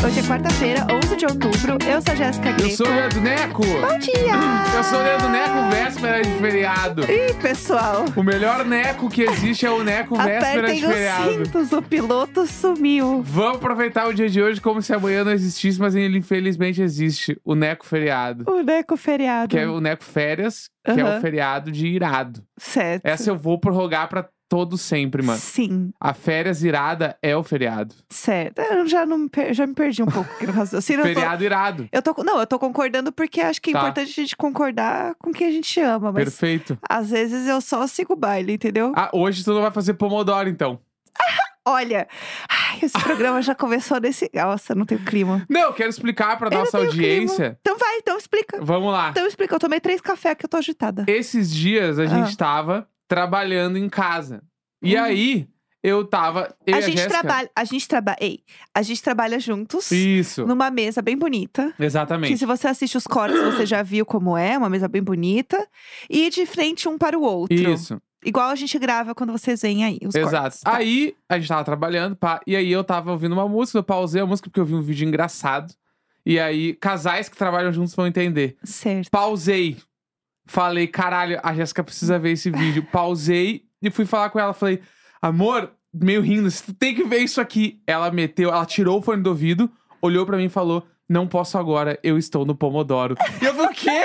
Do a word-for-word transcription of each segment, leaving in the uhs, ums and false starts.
Hoje é quarta-feira, onze de outubro. Eu sou a Jéssica Greco. Eu sou o Leandro Neco. Bom dia! Eu sou o Leandro Neco, véspera de feriado. Ih, pessoal. O melhor Neco que existe é o Neco véspera Apertem de os feriado. cintos, o piloto sumiu. Vamos aproveitar o dia de hoje como se amanhã não existisse, mas ele infelizmente existe. O Neco feriado. O Neco feriado. Que é o Neco férias, que é Aham. o feriado de irado. Certo. Essa eu vou prorrogar pra todo sempre, mano. Sim, A férias irada é o feriado. certo. Eu já, não, me per- já me perdi um pouco aqui no raciocínio. Eu tô- Feriado irado. Eu tô, não, eu tô concordando porque acho que é Tá. importante a gente concordar com quem a gente ama, mas Perfeito. às vezes eu só sigo o baile, entendeu? Ah, hoje tu não vai fazer Pomodoro, então. Olha, ai, esse programa já começou nesse... Nossa, não tenho clima. Não, eu quero explicar pra Eu não nossa tenho audiência. clima. Então vai, então explica. Vamos lá. Então explica, eu tomei três cafés que eu tô agitada. Esses dias a Ah. gente tava trabalhando em casa. E Uhum. aí, eu tava. Eu A e a gente Jéssica- trabalha, a gente trabalha, ei, a gente trabalha juntos Isso, numa mesa bem bonita. Que exatamente. se você assiste os cortes, você já viu como é, uma mesa bem bonita. E de frente um para o outro. Isso, Igual a gente grava quando vocês veem aí os exato. cortes. tá? Aí, a gente tava trabalhando, pá, e aí eu tava ouvindo uma música, eu pausei a música porque eu vi um vídeo engraçado. E aí, casais que trabalham juntos vão entender. Certo. Pausei. Falei, caralho, a Jéssica precisa ver esse vídeo. Pausei e fui falar com ela. Falei, amor, meio rindo, você tem que ver isso aqui. Ela meteu, ela tirou o fone do ouvido, olhou pra mim e falou, não posso agora, eu estou no Pomodoro. E eu falei, o quê?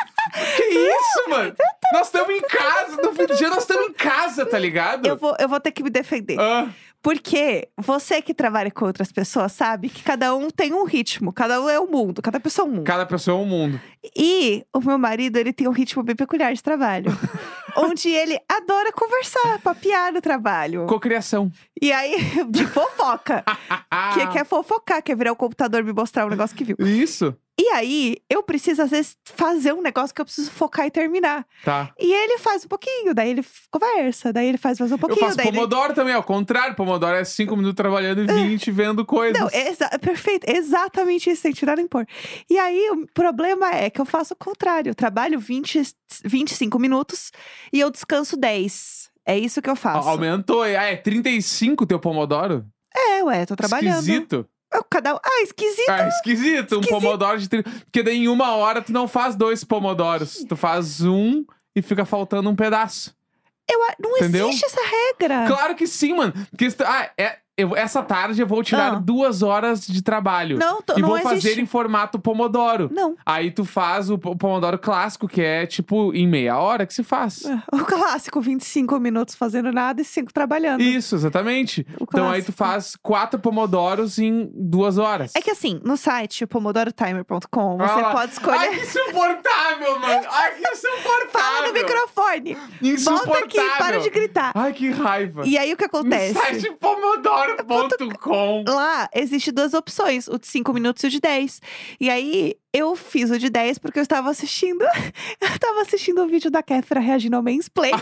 Que isso, mano? Nós estamos em casa, no fim do dia nós estamos em casa, tá ligado? Eu vou, eu vou ter que me defender. Ah, Porque você que trabalha com outras pessoas sabe que cada um tem um ritmo. Cada um é um mundo. Cada pessoa é um mundo. cada pessoa é um mundo. E o meu marido, ele tem um ritmo bem peculiar de trabalho. Onde ele adora conversar, papear no trabalho. Cocriação. E aí, de fofoca. Que quer fofocar, quer virar o computador e me mostrar um negócio que viu. Isso, E aí, eu preciso, às vezes, fazer um negócio que eu preciso focar e terminar. tá. E ele faz um pouquinho, daí ele f- conversa, daí ele faz mais um Eu pouquinho. faço daí ele- Pomodoro também, ao contrário. Pomodoro é cinco minutos trabalhando e vinte vendo coisas. Não, exa perfeito, exatamente isso, sem tirar nem pôr. E aí, o problema é que eu faço o contrário. Eu trabalho vinte, vinte e cinco minutos e eu descanso dez. É isso que eu faço. A- Aumentou. Ah, é trinta e cinco teu Pomodoro? É, ué, tô trabalhando. Esquisito. Eu, cada... um- Ah, esquisito. Ah, esquisito. Um Esquisito. Pomodoro de trinta. Porque daí em uma hora tu não faz dois Pomodoros. Tu faz um e fica faltando um pedaço. Eu, a- não Entendeu? existe essa regra. Claro que sim, mano. Porque, se tu- ah, é, eu- essa tarde eu vou tirar Ah. duas horas de trabalho. Não, tô- e não vou existe. fazer em formato Pomodoro. Não. Aí tu faz o po- Pomodoro clássico, que é tipo em meia hora que se faz. O clássico, vinte e cinco minutos fazendo nada e cinco trabalhando. Isso, exatamente. O Então aí tu clássico. faz quatro Pomodoros em duas horas. É que assim, no site pomodoro timer ponto com, você Ah lá. pode escolher. Ai, que insuportável, mano. Ai, que insuportável. Fala no microfone. Insuportável. Volta aqui, para de gritar. Ai, que raiva. E aí o que acontece? No site pomodoro ponto com. Lá existe duas opções, o de cinco minutos e o de dez. E aí eu fiz o de dez porque eu estava assistindo. Eu estava assistindo o vídeo da Kéfera reagindo ao mansplaining.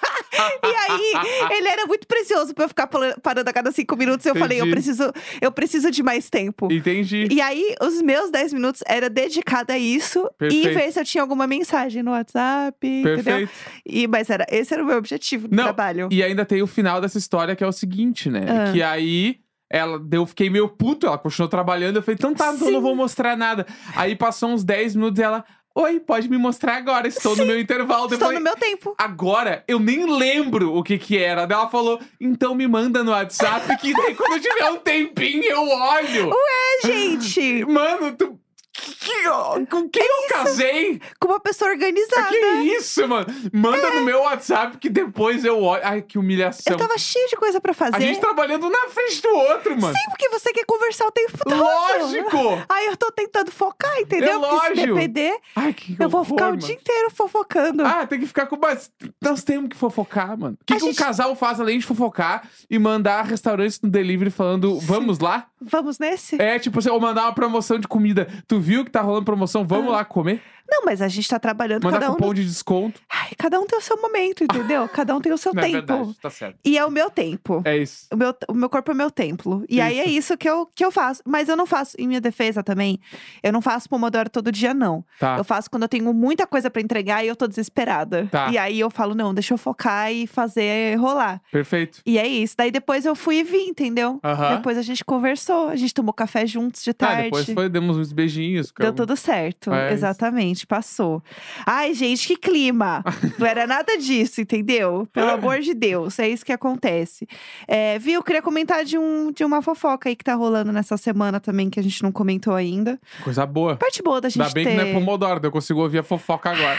E aí, ele era muito precioso pra eu ficar pula- parando a cada cinco minutos. Eu falei, eu Entendi. preciso, eu preciso de mais tempo. Entendi. E aí, os meus dez minutos era dedicado a isso e Perfeito. ver se eu tinha alguma mensagem no WhatsApp, entendeu? Perfeito. E, mas era, esse era o meu objetivo do Não, trabalho. E ainda tem o final dessa história, que é o seguinte, né? Ah. Que aí... Ela, eu fiquei meio puto, ela continuou trabalhando. Eu falei, então tá, então eu não Sim. vou mostrar nada. Aí passou uns dez minutos e ela... Oi, pode me mostrar agora, estou no meu intervalo. Eu Estou falei, no meu tempo. agora, eu nem lembro o que que era. Daí ela falou, então me manda no WhatsApp, que daí quando eu tiver um tempinho eu olho. É, gente, Mano, tu... que- que- com quem eu casei? com uma pessoa organizada. Que isso, mano? Manda no meu WhatsApp que depois eu olho. Ai, que humilhação. Eu tava cheia de coisa pra fazer. A gente trabalhando na frente do outro, mano. Sim, porque você quer conversar o tempo todo. Lógico! Aí eu tô tentando focar, entendeu? É Porque se lógico. depender, Ai, que eu vou horror, ficar o mano. dia inteiro fofocando. Ah, tem que ficar com... Mas nós temos que fofocar, mano. O que, A que um gente- casal faz além de fofocar e mandar restaurantes no delivery falando, vamos lá? Vamos nesse? É, tipo, assim, ou mandar uma promoção de comida. Tu viu que tá rolando promoção? Vamos Ah. lá comer? Não, mas a gente tá trabalhando Manda cada um. cupom no- de desconto. Ai, cada um tem o seu momento, entendeu? Cada um tem o seu Não é tempo. verdade, tá certo. E é o meu tempo. É isso. O meu, o meu corpo é meu templo. E aí é Isso. isso que eu, que eu faço. Mas eu não faço, em minha defesa também, eu não faço Pomodoro todo dia, não. Tá. Eu faço quando eu tenho muita coisa pra entregar e eu tô desesperada. Tá. E aí eu falo, não, deixa eu focar e fazer rolar. Perfeito. E é isso. Daí depois eu fui e vim, entendeu? Aham. Depois a gente conversou, a gente tomou café juntos de Tá, tarde. depois foi, demos uns beijinhos. Deu ficamos- tudo certo, É isso. exatamente, passou. Ai, gente, que clima! Não era nada disso, entendeu? Pelo amor de Deus, é isso que acontece. É, viu, eu queria comentar de, um, de uma fofoca aí que tá rolando nessa semana também, que a gente não comentou ainda. Coisa boa. Parte boa da gente Ainda bem ter… que não é Pomodoro, daí eu consigo ouvir a fofoca agora.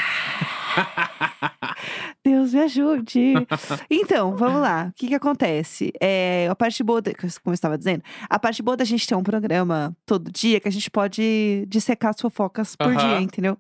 Deus me ajude. Então, vamos lá. O que que acontece? É, a parte boa, da- como eu estava dizendo, a parte boa da gente ter um programa todo dia, que a gente pode dissecar as fofocas por Aham. dia, entendeu?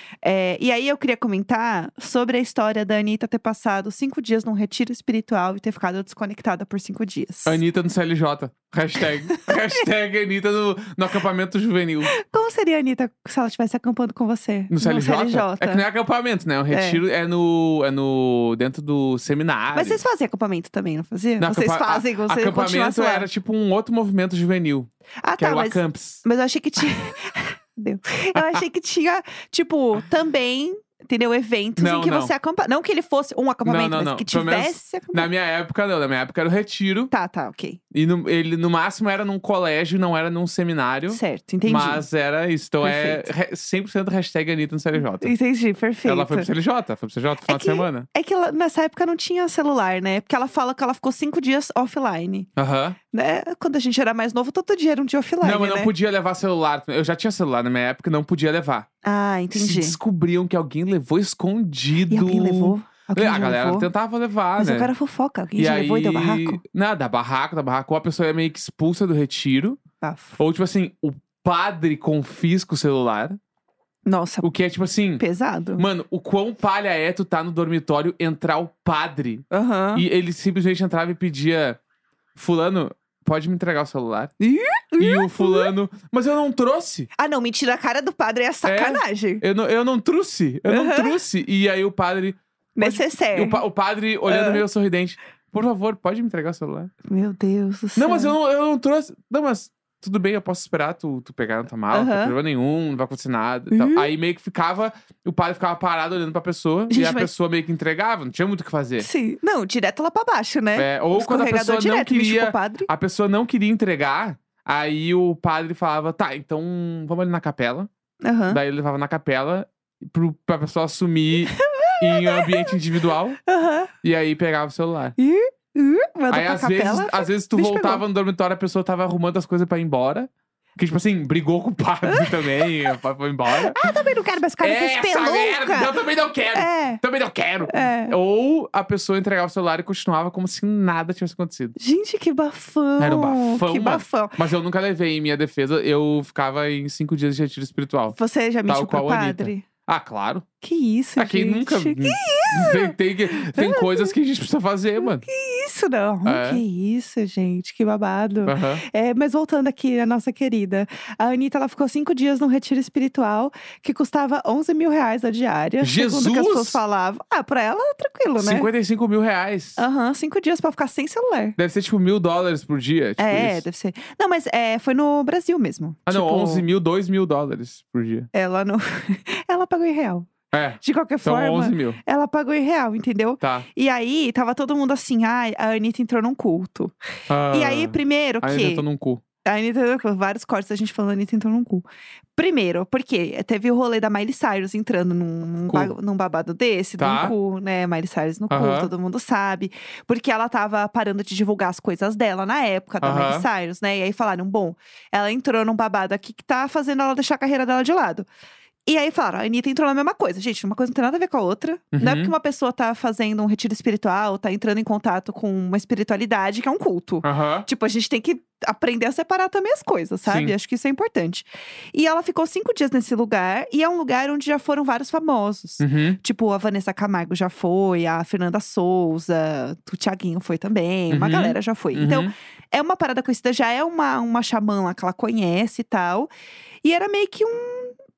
É, e aí eu queria comentar sobre a história da Anitta ter passado cinco dias num retiro espiritual e ter ficado desconectada por cinco dias. Anitta no C L J. Hashtag. Hashtag Anitta no, no acampamento juvenil. Como seria a Anitta se ela estivesse acampando com você? No C L J? C L J. É que não é acampamento, né? O retiro é, no, é no. dentro do seminário. Mas vocês fazem acampamento também, não fazia? Não, vocês acampa- fazem, você continua Acampamento lá. era tipo um outro movimento juvenil. Ah, Que tá, era o mas… Acamps. Mas eu achei que tinha. Deus. Eu achei que tinha, tipo, também, entendeu? Eventos Não, em que não. você acampa. Não que ele fosse um acampamento, Não, não, mas não. que Pelo menos tivesse acampamento. Na minha época, não. Na minha época era o retiro. Tá, tá, ok. E no, ele, no máximo, era num colégio, não era num seminário. Certo, entendi. Mas era isso. Então Perfeito. é re- cem por cento hashtag Anitta no C L J. Entendi, perfeito. Ela foi pro C L J, foi pro C L J no final É de que- semana. É que ela, nessa época não tinha celular, né? Porque ela fala que ela ficou cinco dias offline. Aham. Né? Quando a gente era mais novo, todo dia era um dia offline, Não, mas não né? podia levar celular. Eu já tinha celular na minha época, não podia levar. Ah, Se entendi. descobriam que alguém levou escondido. E alguém levou? Alguém a já galera levou? tentava levar, Mas né? eu quero fofoca. Alguém E já aí... levou e deu barraco? Não, da barraco, da barraco. Ou a pessoa é meio que expulsa do retiro. Bafo. Ou, tipo assim, o padre confisca o celular. Nossa, O que é, tipo assim… pesado. Mano, o quão palha é tu tá no dormitório, entrar o padre. Aham. E ele simplesmente entrava e pedia… Fulano, pode me entregar o celular? Ih, E o fulano… Mas eu não trouxe. Ah, não, mentira, a cara do padre é sacanagem. Eu não, eu não trouxe. Eu não Aham. trouxe. E aí o padre… E Necessário. o, pa- o padre olhando Ah. meio sorridente. Por favor, pode me entregar o celular? Meu Deus do céu. Não, mas eu não, eu não trouxe. Não, mas tudo bem, eu posso esperar tu, tu pegar na tua mala, não tem Aham. problema nenhum, não vai acontecer nada. e tal. Uhum. Aí meio que ficava, o padre ficava parado olhando pra pessoa, e Gente, a mas- pessoa meio que entregava, não tinha muito o que fazer. Sim. Não, direto lá pra baixo, né? É, ou quando a Escorregador pessoa não direto, bicho queria, pro padre. a pessoa não queria entregar, aí o padre falava, tá, então vamos ali na capela. Aham. Daí ele levava na capela pro, pra pessoa assumir em ambiente individual, Aham. e aí pegava o celular. Ih, ih, mandou Aí pra às capela. vezes, às vezes tu bicho voltava pegou. no dormitório, a pessoa tava arrumando as coisas pra ir embora. Que, tipo assim, brigou com o padre também, foi embora. Ah, também não quero mais ficar nessa Essa merda, espelunca. eu também não quero. É, Também não quero. é. Ou a pessoa entregava o celular e continuava como se nada tivesse acontecido. Gente, que bafão. Era um bafão, Que mano. bafão. Mas eu nunca levei em minha defesa, eu ficava em cinco dias de retiro espiritual. Você já mentiu Tal pro qual a Anitta. padre? Ah, claro. Que isso, Ah, quem gente. nunca. Que Tem, tem, que- tem coisas que a gente precisa fazer, mano. isso, não. É. Que isso, gente. Que babado. Aham. É, mas voltando aqui, a nossa querida. A Anitta, ela ficou cinco dias num retiro espiritual que custava onze mil reais a diária. Segundo o que as Jesus! pessoas falavam. Ah, pra ela, tranquilo, né? cinquenta e cinco mil reais. Aham, cinco dias pra ficar sem celular. Deve ser tipo mil dólares por dia. Tipo é, isso. deve ser. Não, mas é, foi no Brasil mesmo. Ah, não, Tipo, onze mil, dois mil dólares por dia. Ela não. Ela pagou em real. É, De qualquer então forma, onze mil. ela pagou em real, entendeu? Tá. E aí, tava todo mundo assim, ai, a Anitta entrou num culto. E aí, Ah, primeiro ainda que… tô num cu. A Anitta, vários cortes da gente falando, a Anitta entrou num cu. Primeiro, porque teve o rolê da Miley Cyrus entrando num, num, Cu. ba- num babado desse, Tá. num cu, né? Miley Cyrus no Aham. cu, todo mundo sabe. Porque ela tava parando de divulgar as coisas dela na época da Aham. Miley Cyrus, né? E aí falaram, bom, ela entrou num babado aqui que tá fazendo ela deixar a carreira dela de lado. E aí falaram, a Anitta entrou na mesma coisa. Gente, uma coisa não tem nada a ver com a outra. Não é Uhum. porque uma pessoa tá fazendo um retiro espiritual, tá entrando em contato com uma espiritualidade que é um culto. Aham. Tipo, a gente tem que aprender a separar também as coisas, sabe? Sim. Acho que isso é importante. E ela ficou cinco dias nesse lugar, e é um lugar onde já foram vários famosos. Uhum. Tipo, a Vanessa Camargo já foi, a Fernanda Souza, o Thiaguinho foi também, uma Uhum. galera já foi. Então, Uhum. é uma parada conhecida, já é uma, uma xamã lá que ela conhece e tal. E era meio que um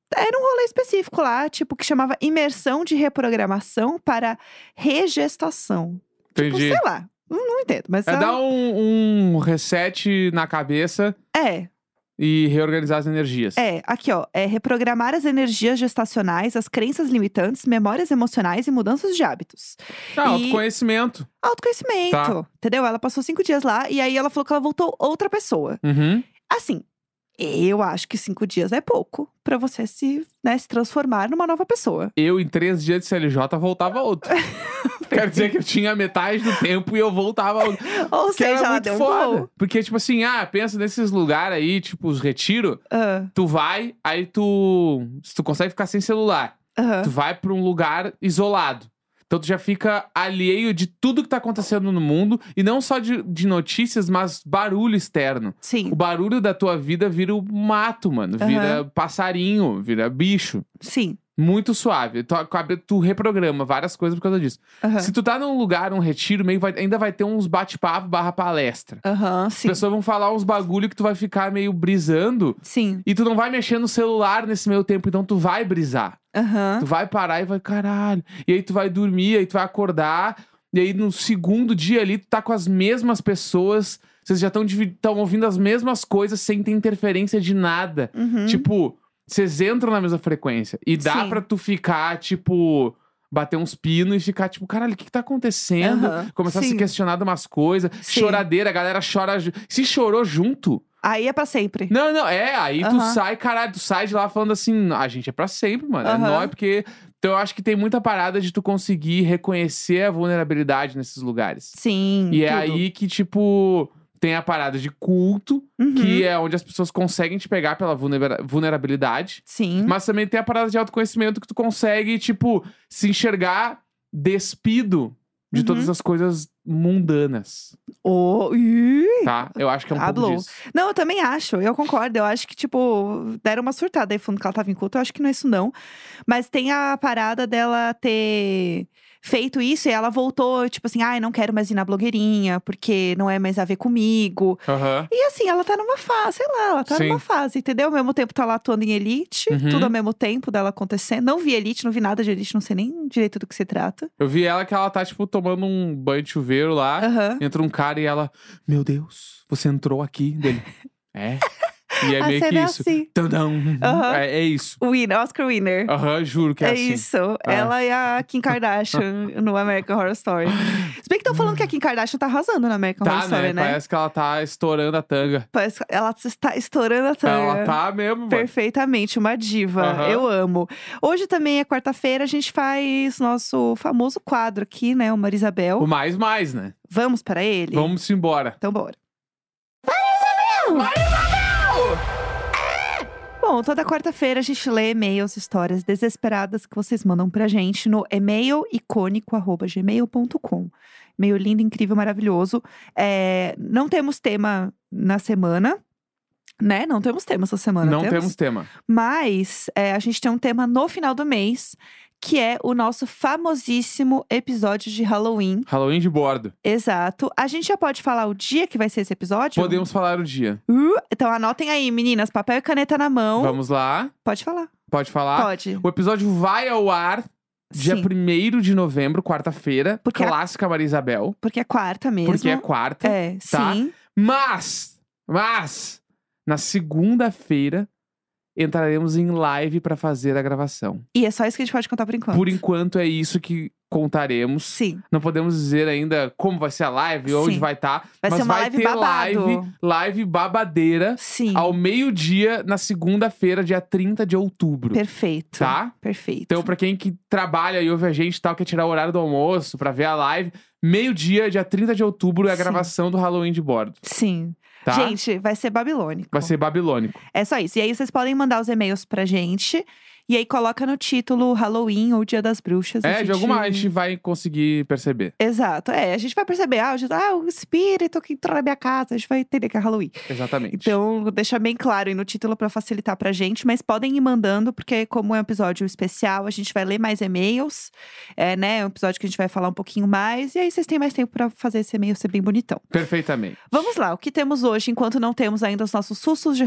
Era um rolê específico lá, tipo, que chamava imersão de reprogramação para regestação. Tipo, Entendi. sei lá. Não, não entendo, mas... É ela- dar um, um reset na cabeça É, e reorganizar as energias. é. Aqui, ó. É reprogramar as energias gestacionais, as crenças limitantes, memórias emocionais e mudanças de hábitos. Ah, E- autoconhecimento. Autoconhecimento, Tá. entendeu? Ela passou cinco dias lá e aí ela falou que ela voltou outra pessoa. Uhum. Assim, eu acho que cinco dias é pouco pra você se, né, se transformar numa nova pessoa. Eu, em três dias de C L J, voltava outro. Quer dizer que eu tinha metade do tempo e eu voltava outro. Ou Que seja, era ela muito deu um foda. gol. Porque, tipo assim, ah, pensa nesses lugares aí, tipo, os retiro. Ah, Tu vai, aí tu... Se tu consegue ficar sem celular, aham. tu vai pra um lugar isolado. Então tu já fica alheio de tudo que tá acontecendo no mundo. E não só de, de notícias, mas barulho externo. Sim, O barulho da tua vida vira o mato, mano. Vira passarinho, vira bicho. sim. Muito suave. Tu, acaba- tu reprograma várias coisas por causa disso. Aham, Se tu tá num lugar, um retiro, meio vai- ainda vai ter uns bate-papo barra palestra. aham, As sim. pessoas vão falar uns bagulho que tu vai ficar meio brisando. Sim, E tu não vai mexer no celular nesse meio tempo, então tu vai brisar. aham. Tu vai parar e vai, caralho. E aí tu vai dormir, aí tu vai acordar. E aí no segundo dia ali, tu tá com as mesmas pessoas. Vocês já estão ouvindo as mesmas coisas sem ter interferência de nada. Uhum. Tipo, vocês entram na mesma frequência. E dá Sim. pra tu ficar, tipo... Bater uns pinos e ficar tipo, caralho, o que que tá acontecendo? Aham, Começar a se sim. questionar de umas coisas. Sim. Choradeira, a galera chora... ju- Se chorou junto... Aí é pra sempre. Não, não, é, aí tu Aham. sai, caralho, tu sai de lá falando assim, a gente é pra sempre, mano, é Aham. nóis, porque... Então eu acho que tem muita parada de tu conseguir reconhecer a vulnerabilidade nesses lugares. Sim, E é tudo. aí que, tipo, tem a parada de culto, Uhum. que é onde as pessoas conseguem te pegar pela vulnera- vulnerabilidade. Sim. Mas também tem a parada de autoconhecimento que tu consegue, tipo, se enxergar despido de Uhum. todas as coisas mundanas, Oh, ih. tá? Eu acho que é um Hablou. pouco disso. Não, eu também acho, eu concordo. Eu acho que, tipo, deram uma surtada aí falando que ela tava em culto. Eu acho que não é isso, não. Mas tem a parada dela ter feito isso e ela voltou, tipo assim, ai, não quero mais ir na blogueirinha, porque não é mais a ver comigo. Aham. E assim, ela tá numa fase, sei lá, ela tá Sim. numa fase, entendeu? Ao mesmo tempo tá lá atuando em Elite, Uhum. tudo ao mesmo tempo dela acontecendo. Não vi Elite, não vi nada de Elite, não sei nem direito do que se trata. Eu vi ela que ela tá, tipo, tomando um banho de chuveiro lá. Aham. Entra um cara e ela... Meu Deus, você entrou aqui. Dele. É. E é A meio que cena é isso. assim. Tadam. Aham. É, é isso. Winner, Oscar Winner. Aham, juro que é, É assim. isso. É. Ela e a Kim Kardashian no American Horror Story. Se bem que estão falando que a Kim Kardashian tá arrasando na American Horror Tá, Story, né? né? Parece que ela tá estourando a tanga. Parece que ela está estourando a tanga. Ela tá mesmo, mano. Perfeitamente, uma diva. Aham. Eu amo. Hoje também é quarta-feira, a gente faz nosso famoso quadro aqui, né? O Marisabel. O mais mais, né? Vamos para ele? Vamos embora. Então bora. Bom, toda quarta-feira a gente lê e-mails, histórias desesperadas que vocês mandam pra gente no e-mail icônico arroba gmail ponto com. E-mail lindo, incrível, maravilhoso. É, não temos tema na semana, né? Não temos tema essa semana. Não temos tema. Mas é, a gente tem um tema no final do mês, que é o nosso famosíssimo episódio de Halloween. Halloween de bordo. Exato. A gente já pode falar o dia que vai ser esse episódio? Podemos falar o dia. Uh, então anotem aí, meninas, papel e caneta na mão. Vamos lá. Pode falar. Pode falar? Pode. O episódio vai ao ar dia Sim, primeiro de novembro, quarta-feira. Porque a- Clássica Maria Isabel. porque é quarta mesmo. Porque é quarta. É, tá? sim. Mas, mas, na segunda-feira, entraremos em live pra fazer a gravação. E é só isso que a gente pode contar por enquanto. Por enquanto, é isso que contaremos. Sim. Não podemos dizer ainda como vai ser a live, onde Sim. vai estar. Vai mas ser uma vai live ter babado. live, live babadeira Sim. ao meio-dia na segunda-feira, dia trinta de outubro. Perfeito. Tá? Perfeito. Então, pra quem que trabalha e ouve a gente e tal, quer tirar o horário do almoço pra ver a live, meio-dia, dia trinta de outubro, é a Sim. gravação do Halloween de bordo. Sim. Tá? Gente, vai ser babilônico. Vai ser babilônico. É só isso. E aí vocês podem mandar os e-mails pra gente. E aí coloca no título Halloween ou Dia das Bruxas. a É, de gente- alguma a gente vai conseguir perceber. Exato. É, a gente vai perceber. Ah, o- ah, o espírito que entrou na minha casa. A gente vai entender que é Halloween. Exatamente. Então, deixa bem claro aí no título pra facilitar pra gente, mas podem ir mandando, porque como é um episódio especial, a gente vai ler mais e-mails, é, né? É um episódio que a gente vai falar um pouquinho mais, e aí vocês têm mais tempo pra fazer esse e-mail ser bem bonitão. Perfeitamente. Vamos lá, o que temos hoje, enquanto não temos ainda os nossos sustos de Halloween?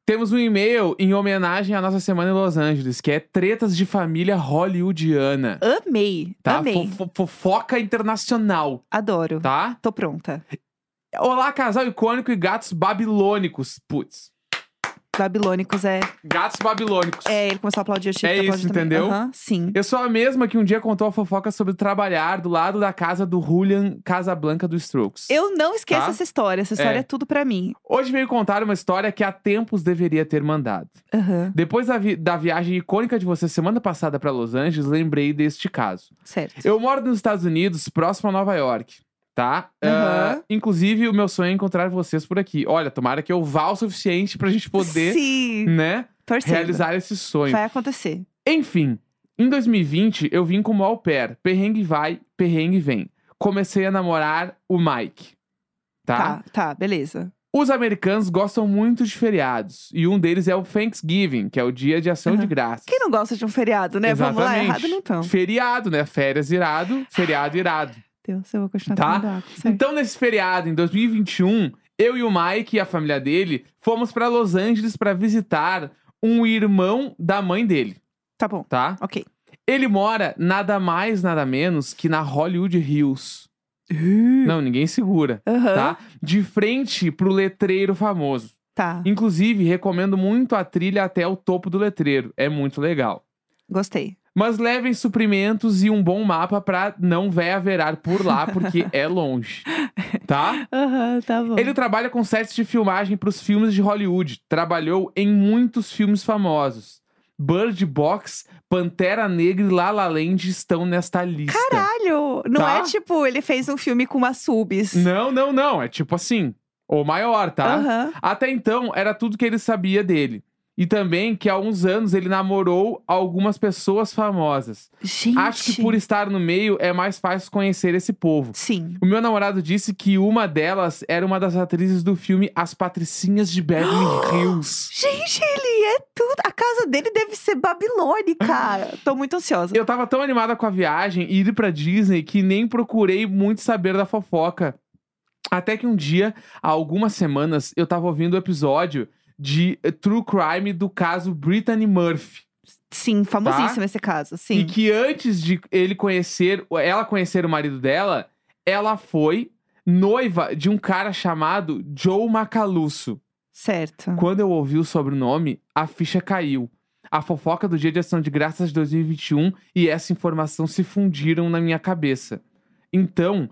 Temos um e-mail em homenagem à nossa semana em Los Angeles, que é Tretas de Família Hollywoodiana. Amei, Tá? amei. Fo- fo- Fofoca internacional, Adoro. tá? Tô pronta. Olá, casal icônico e gatos babilônicos. Putz. Babilônicos é... Gatos babilônicos. É, ele começou a aplaudir, eu tive É que aplaudir isso, também. entendeu? Aham, sim. Eu sou a mesma que um dia contou a fofoca sobre trabalhar do lado da casa do Julian Casablanca dos Strokes. Eu não esqueço Tá? essa história. Essa história É. é, tudo pra mim. Hoje veio contar uma história que há tempos deveria ter mandado. Aham, Depois da, vi- da viagem icônica de você semana passada pra Los Angeles, lembrei deste caso. certo. Eu moro nos Estados Unidos, próximo a Nova York, tá? Aham. Ah, inclusive, o meu sonho é encontrar vocês por aqui. Olha, tomara que eu vá o suficiente pra gente poder, Sim, né, torcendo. realizar esse sonho. Vai acontecer. Enfim, em dois mil e vinte, eu vim como au pair. Perrengue vai, perrengue vem. Comecei a namorar o Mike, tá? Tá, tá, beleza. Os americanos gostam muito de feriados. E um deles é o Thanksgiving, que é o dia de ação de Aham. graças. Quem não gosta de um feriado, né? Vamos lá, Exatamente. errado não tão. Feriado, né? Férias irado, feriado irado. Deus, eu vou continuar Tá? tomando água, certo. Então, nesse feriado, em dois mil e vinte e um, eu e o Mike e a família dele fomos pra Los Angeles pra visitar um irmão da mãe dele, Tá bom, tá? ok. Ele mora nada mais, nada menos que na Hollywood Hills. Não, ninguém segura, Aham, tá? De frente pro letreiro famoso. tá. Inclusive, recomendo muito a trilha até o topo do letreiro. É muito legal. Gostei. Mas levem suprimentos e um bom mapa pra não haverar por lá, porque é longe. Tá? Aham, tá bom. Ele trabalha com sets de filmagem pros filmes de Hollywood. Trabalhou em muitos filmes famosos. Bird Box, Pantera Negra e La La Land estão nesta lista. Caralho! Não Tá? é tipo, ele fez um filme com umas subs. Não, não, não. É tipo assim, ou maior, tá? Aham. Até então, era tudo que ele sabia dele. E também que há uns anos ele namorou algumas pessoas famosas. Gente. Acho que por estar no meio é mais fácil conhecer esse povo. Sim. O meu namorado disse que uma delas era uma das atrizes do filme As Patricinhas de Beverly Hills. Gente, ele é tudo. A casa dele deve ser babilônica. Tô muito ansiosa. Eu tava tão animada com a viagem e ir pra Disney que nem procurei muito saber da fofoca. Até que um dia, há algumas semanas, eu tava ouvindo o episódio de eh, True Crime do caso Brittany Murphy. Sim, famosíssimo esse caso. Sim. E que antes de ele conhecer, ela conhecer o marido dela, ela foi noiva de um cara chamado Joe Macaluso. Certo. Quando eu ouvi o sobrenome, a ficha caiu. A fofoca do Dia de Ação de Graças de dois mil e vinte e um e essa informação se fundiram na minha cabeça. Então,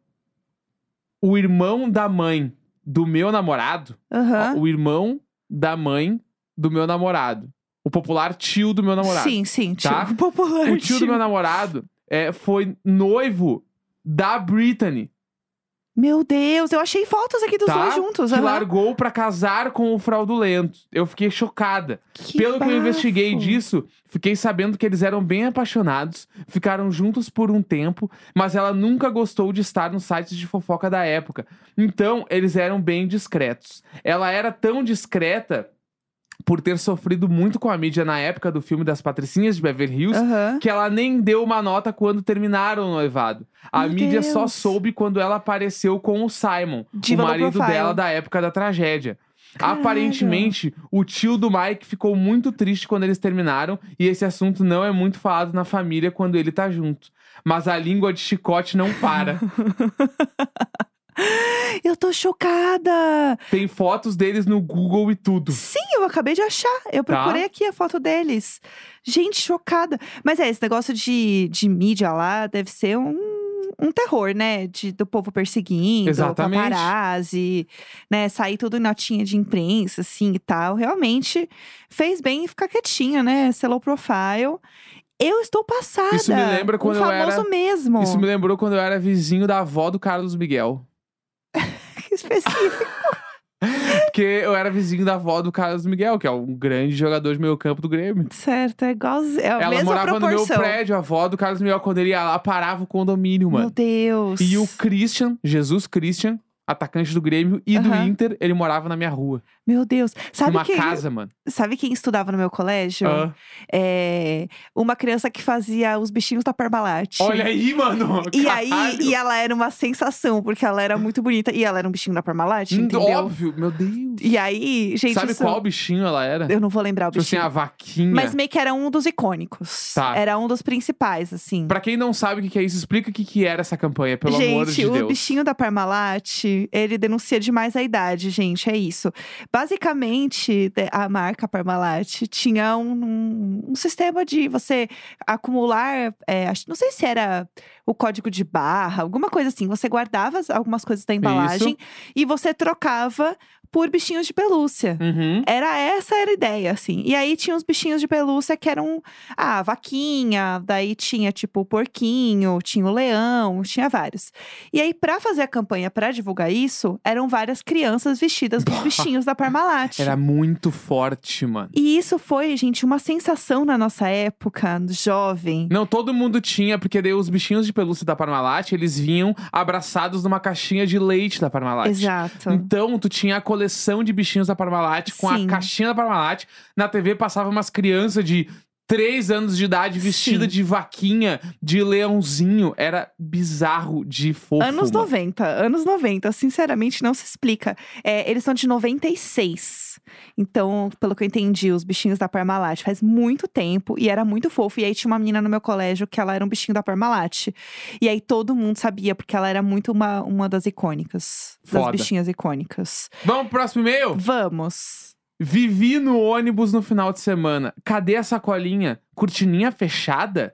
o irmão da mãe do meu namorado, Aham. ó, o irmão da mãe do meu namorado, o popular tio do meu namorado. Sim, sim, tio. tá? Popular O tio do meu namorado é, foi noivo da Brittany, Meu Deus, eu achei fotos aqui dos tá? dois juntos. Que aham. largou pra casar com o fraudulento. Eu fiquei chocada. Que Pelo que eu bafo. investiguei disso, fiquei sabendo que eles eram bem apaixonados, ficaram juntos por um tempo, mas ela nunca gostou de estar nos sites de fofoca da época. Então, eles eram bem discretos. Ela era tão discreta por ter sofrido muito com a mídia na época do filme das Patricinhas de Beverly Hills, Aham. que ela nem deu uma nota quando terminaram o noivado. A Meu mídia só Deus. soube quando ela apareceu com o Simon, Diva o low marido profile. dela da época da tragédia. Caralho. Aparentemente, o tio do Mike ficou muito triste quando eles terminaram e esse assunto não é muito falado na família quando ele tá junto. Mas a língua de chicote não para. Eu tô chocada. Tem fotos deles no Google e tudo. Sim, eu acabei de achar. Eu Tá. procurei aqui a foto deles. Gente, chocada. Mas é, esse negócio de, de mídia lá deve ser um, um terror, né? De, do povo perseguindo, Exatamente. paparazzi, né? Sair tudo em notinha de imprensa, assim, e tal. Realmente fez bem ficar quietinha, né? Ser low profile. Eu estou passada. Isso me lembra quando um eu era- famoso mesmo. Isso me lembrou quando eu era vizinho da avó do Carlos Miguel. Que específico. Porque eu era vizinho da avó do Carlos Miguel, que é um grande jogador de meio campo do Grêmio. Certo, é igualzinho. É a Ela mesma morava no meu proporção. prédio, a avó do Carlos Miguel. Quando ele ia lá, parava o condomínio, mano. Meu Deus. E o Christian, Jesus Christian, atacante do Grêmio e do Aham. Inter, ele morava na minha rua. Meu Deus. Sabe Numa quem, casa, mano. sabe quem estudava no meu colégio? Ah. É, uma criança que fazia os bichinhos da Parmalat. Olha aí, mano. E aí, caralho. e ela era uma sensação, porque ela era muito bonita. E ela era um bichinho da Parmalat, Hum, entendeu? Óbvio, meu Deus. E aí, gente, Sabe isso- qual bichinho ela era? eu não vou lembrar o Tipo assim, bichinho. a vaquinha. Mas meio que era um dos icônicos. Tá. Era um dos principais, assim. Pra quem não sabe o que que é isso, explica o que que era essa campanha, pelo gente, amor de o Deus. bichinho da Parmalat, ele denuncia demais a idade, gente, é isso. Basicamente, de- a marca Parmalat tinha um, um, um sistema de você acumular, é, acho- não sei se era o código de barra, alguma coisa assim. Você guardava as- algumas coisas da embalagem e você trocava por bichinhos de pelúcia. Uhum. Era essa era a ideia, assim. E aí tinha os bichinhos de pelúcia que eram ah, a vaquinha, daí tinha tipo o porquinho, tinha o leão, tinha vários. E aí, pra fazer a campanha pra divulgar isso, eram várias crianças vestidas dos bichinhos da Parmalat. Era muito forte, mano. E isso foi, gente, uma sensação na nossa época, jovem. Não, todo mundo tinha, porque daí os bichinhos de pelúcia da Parmalat, eles vinham abraçados numa caixinha de leite da Parmalat. Exato. Então, tu tinha a coleção de bichinhos da Parmalat com Sim. a caixinha da Parmalat. Na T V passava umas crianças de três anos de idade vestida Sim. de vaquinha, de leãozinho. Era bizarro de fofo. Anos mano. noventa, anos noventa, sinceramente não se explica. É, eles são de noventa e seis. Então, pelo que eu entendi, os bichinhos da Parmalat faz muito tempo e era muito fofo. E aí tinha uma menina no meu colégio que ela era um bichinho da Parmalat. E aí todo mundo sabia, porque ela era muito uma, uma das icônicas. Das Foda. bichinhas icônicas. Vamos pro próximo e-mail? Vamos. Vivi no ônibus no final de semana. Cadê a sacolinha? Cortininha fechada?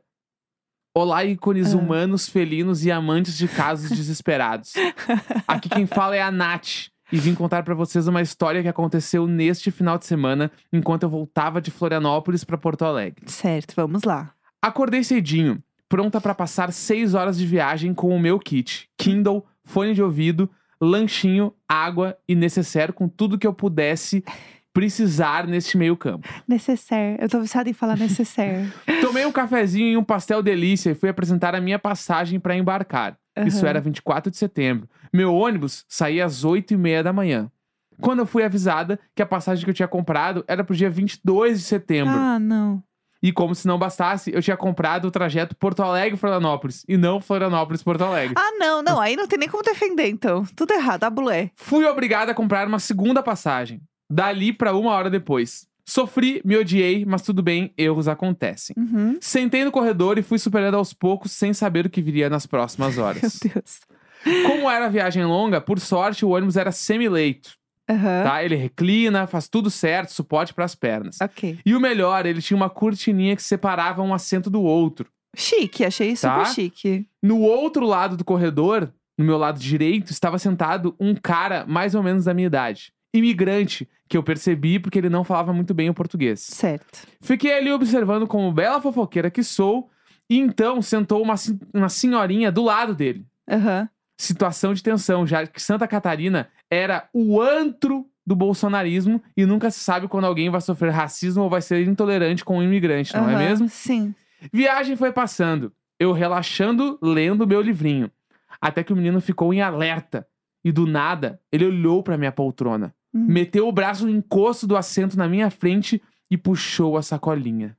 Olá, ícones Ah. humanos, felinos e amantes de casos desesperados. Aqui quem fala é a Nath. E vim contar pra vocês uma história que aconteceu neste final de semana, enquanto eu voltava de Florianópolis pra Porto Alegre. Certo, vamos lá. Acordei cedinho, pronta pra passar seis horas de viagem com o meu kit. Kindle, fone de ouvido, lanchinho, água e necessaire com tudo que eu pudesse precisar neste meio campo. Necessaire. Eu tô viciada em falar necessaire. Tomei um cafezinho e um pastel delícia e fui apresentar a minha passagem pra embarcar. Isso Aham. era vinte e quatro de setembro. Meu ônibus saía às oito e meia da manhã. Quando eu fui avisada que a passagem que eu tinha comprado era pro dia vinte e dois de setembro. Ah, não. E como se não bastasse, eu tinha comprado o trajeto Porto Alegre-Florianópolis e não Florianópolis-Porto Alegre. Ah, não, não. Aí não tem nem como defender, então. Tudo errado, a bulé. Fui obrigada a comprar uma segunda passagem. Dali pra uma hora depois. Sofri, me odiei, mas tudo bem, erros acontecem. Uhum. Sentei no corredor e fui superando aos poucos, sem saber o que viria nas próximas Meu horas. Deus. Como era viagem longa, por sorte o ônibus era semi-leito, Aham. tá? Ele reclina, faz tudo certo, suporte pras pernas. Ok. E o melhor, ele tinha uma cortininha que separava um assento do outro. Chique, achei super Tá? chique. No outro lado do corredor, no meu lado direito, estava sentado um cara mais ou menos da minha idade. Imigrante, que eu percebi porque ele não falava muito bem o português. Certo. Fiquei ali observando como bela fofoqueira que sou, e então sentou uma, sen- uma senhorinha do lado dele. Aham. Situação de tensão, já que Santa Catarina era o antro do bolsonarismo e nunca se sabe quando alguém vai sofrer racismo ou vai ser intolerante com um imigrante, não é Aham. mesmo? Sim. Viagem foi passando, eu relaxando, lendo meu livrinho, até que o menino ficou em alerta e do nada ele olhou pra minha poltrona, Hum. meteu o braço no encosto do assento na minha frente e puxou a sacolinha.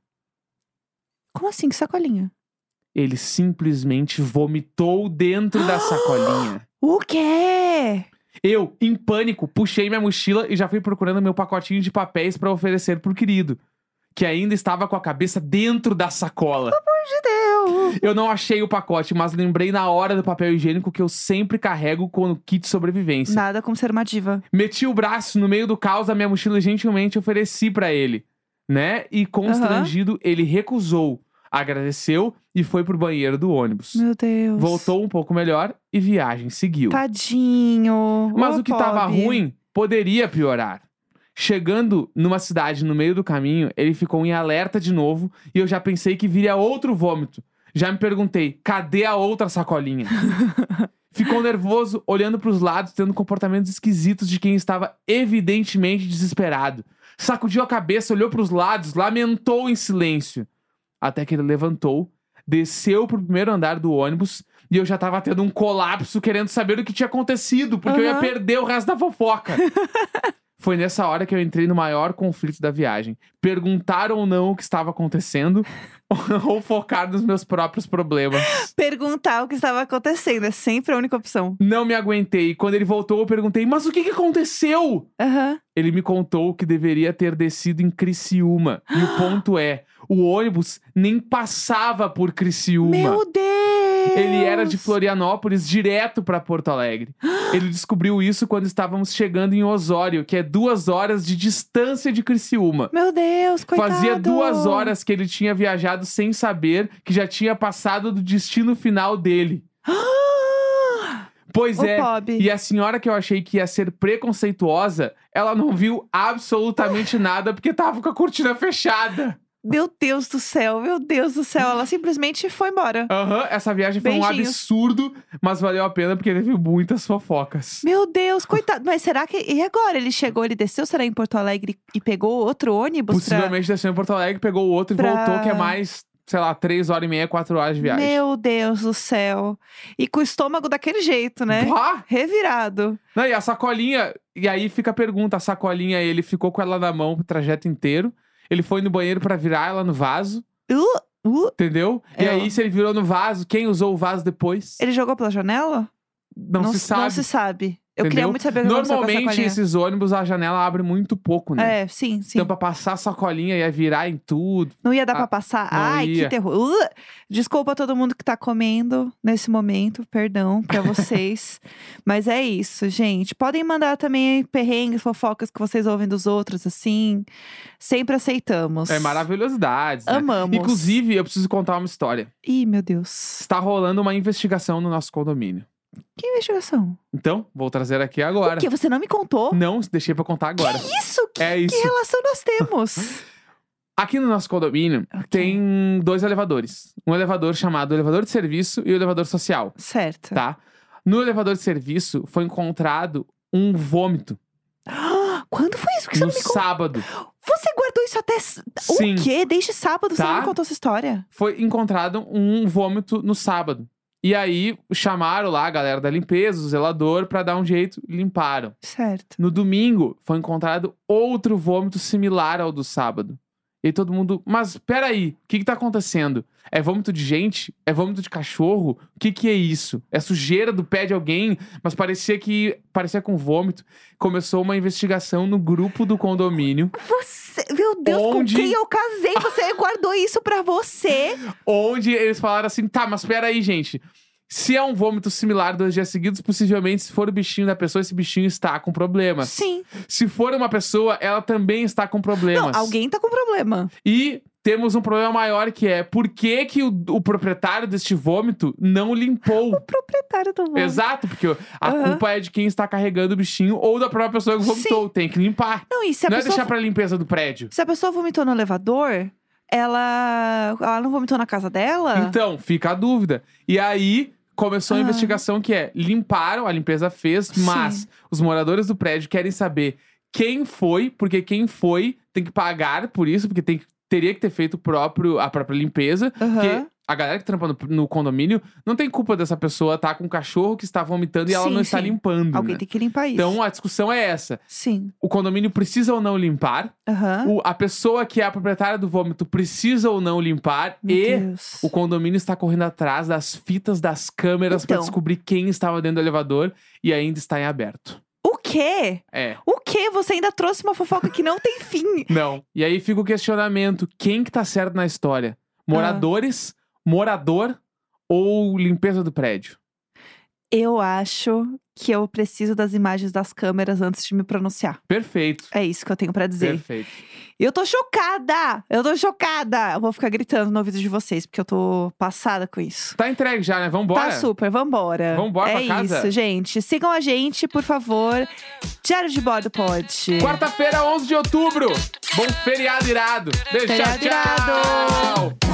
Como assim? Que sacolinha? Ele simplesmente vomitou dentro da sacolinha. O quê? Eu, em pânico, puxei minha mochila e já fui procurando meu pacotinho de papéis pra oferecer pro querido, que ainda estava com a cabeça dentro da sacola. De Deus. Eu não achei o pacote, mas lembrei na hora do papel higiênico que eu sempre carrego com o kit sobrevivência. Nada como ser uma diva. Meti o braço no meio do caos da minha mochila e gentilmente ofereci pra ele, né? E constrangido, ele recusou, agradeceu e foi pro banheiro do ônibus. Meu Deus. Voltou um pouco melhor e viagem seguiu. Tadinho. Mas Ô, o que tava pobre. ruim poderia piorar. Chegando numa cidade no meio do caminho, ele ficou em alerta de novo e eu já pensei que viria outro vômito. Já me perguntei, cadê a outra sacolinha? Ficou nervoso, olhando pros lados, tendo comportamentos esquisitos de quem estava evidentemente desesperado. Sacudiu a cabeça, olhou pros lados, lamentou em silêncio. Até que ele levantou, desceu pro primeiro andar do ônibus E eu já tava tendo um colapso querendo saber o que tinha acontecido, porque uhum. eu ia perder o resto da fofoca. Foi nessa hora que eu entrei no maior conflito da viagem. Perguntar ou não o que estava acontecendo, ou focar nos meus próprios problemas. Perguntar o que estava acontecendo, é sempre a única opção. Não me aguentei. Quando ele voltou, eu perguntei, mas o que, que aconteceu? Uhum. Ele me contou que deveria ter descido em Criciúma. E o ponto é, o ônibus nem passava por Criciúma. Meu Deus! Ele era de Florianópolis direto pra Porto Alegre. Ele descobriu isso quando estávamos chegando em Osório, que é duas horas de distância de Criciúma. Meu Deus, coitado! Fazia duas horas que ele tinha viajado sem saber que já tinha passado do destino final dele. Pois o é, Bob. E a senhora que eu achei que ia ser preconceituosa, ela não viu absolutamente nada porque tava com a cortina fechada. Meu Deus do céu, meu Deus do céu. Ela simplesmente foi embora. Aham, uhum, essa viagem foi Beijinhos. um absurdo, mas valeu a pena porque teve muitas fofocas. Meu Deus, coitado. Mas será que... E agora? Ele chegou, ele desceu, será em Porto Alegre e pegou outro ônibus? Possivelmente pra... desceu em Porto Alegre, pegou o outro pra... e voltou, que é mais, sei lá, três horas e meia, quatro horas de viagem. Meu Deus do céu. E com o estômago daquele jeito, né? Bah! Revirado. Não, e a sacolinha... E aí fica a pergunta, a sacolinha, ele ficou com ela na mão o trajeto inteiro. Ele foi no banheiro pra virar ela no vaso. Uh, uh. Entendeu? E Eu... aí, se ele virou no vaso, quem usou o vaso depois? Ele jogou pela janela? Não, não se sabe. Não se sabe. Eu Entendeu? queria muito saber o que aconteceu com a Normalmente, sacolinha. esses ônibus, a janela abre muito pouco, né? É, sim, sim. Então, pra passar a sacolinha, ia virar em tudo. Não ia dar Ah, pra passar? não Ai, ia. que terror. Uh! Desculpa a todo mundo que tá comendo nesse momento. Perdão pra vocês. Mas é isso, gente. Podem mandar também perrengues, fofocas que vocês ouvem dos outros, assim. Sempre aceitamos. É maravilhosidades, né? Amamos. Inclusive, eu preciso contar uma história. Ih, meu Deus. Está rolando uma investigação no nosso condomínio. Que investigação? Então, vou trazer aqui agora. O quê? Você não me contou? Não, deixei pra contar agora. Que isso? Que, É isso. que relação nós temos? Aqui no nosso condomínio, Ok. tem dois elevadores. Um elevador chamado elevador de serviço e o elevador social, Certo. tá? No elevador de serviço, foi encontrado um vômito Quando foi isso? Por que você no não me contou? sábado. Você guardou isso até... s- Sim. O quê? Desde sábado você Tá. não me contou essa história? Foi encontrado um vômito no sábado. E aí, chamaram lá a galera da limpeza, o zelador, pra dar um jeito, limparam. Certo. No domingo, foi encontrado outro vômito similar ao do sábado. E aí todo mundo, mas peraí, o que que tá acontecendo? É vômito de gente? É vômito de cachorro? O que que é isso? É sujeira do pé de alguém? Mas parecia que, parecia com vômito. Começou uma investigação no grupo do condomínio, Você... Meu Deus, Onde- com quem eu casei? Você guardou isso pra você? onde eles falaram assim, tá, mas peraí, gente. Se é um vômito similar dois dias seguidos, possivelmente, se for o bichinho da pessoa, esse bichinho está com problemas. Sim. Se for uma pessoa, ela também está com problemas. Não, alguém tá com problema. E temos um problema maior, que é por que, que o, o proprietário deste vômito não limpou? O proprietário do vômito. Exato, porque a Aham. culpa é de quem está carregando o bichinho ou da própria pessoa que vomitou. Tem que limpar. Não, e se a Não é pessoa... deixar pra limpeza do prédio. Se a pessoa vomitou no elevador, ela... Ela não vomitou na casa dela? Então, fica a dúvida. E aí, começou a Ah. investigação que é, limparam, a limpeza fez, Sim. mas os moradores do prédio querem saber quem foi, porque quem foi tem que pagar por isso, porque tem que teria que ter feito o próprio, a própria limpeza. Aham. Porque a galera que trampa no, no condomínio não tem culpa dessa pessoa estar com um cachorro que está vomitando e ela Sim, não está sim. limpando. Alguém né? tem que limpar isso. Então a discussão é essa. Sim. O condomínio precisa ou não limpar. Aham. O- a pessoa que é a proprietária do vômito precisa ou não limpar. Meu e Deus. o condomínio está correndo atrás das fitas das câmeras para Então. descobrir quem estava dentro do elevador e ainda está em aberto. O quê? É. O quê? Você ainda trouxe uma fofoca que não tem fim. Não. E aí fica o questionamento: quem que tá certo na história? Moradores, morador ou limpeza do prédio? Eu acho que eu preciso das imagens das câmeras antes de me pronunciar. Perfeito. É isso que eu tenho pra dizer. Perfeito. Eu tô chocada! Eu tô chocada! Eu vou ficar gritando no ouvido de vocês, porque eu tô passada com isso. Tá entregue já, né? Vambora? Tá super, vambora. Vambora é pra casa? isso, gente. Sigam a gente, por favor. Diário de Bordo pode. Quarta-feira, onze de outubro. Bom feriado irado. Beijo, Feriado tchau, tchau. irado.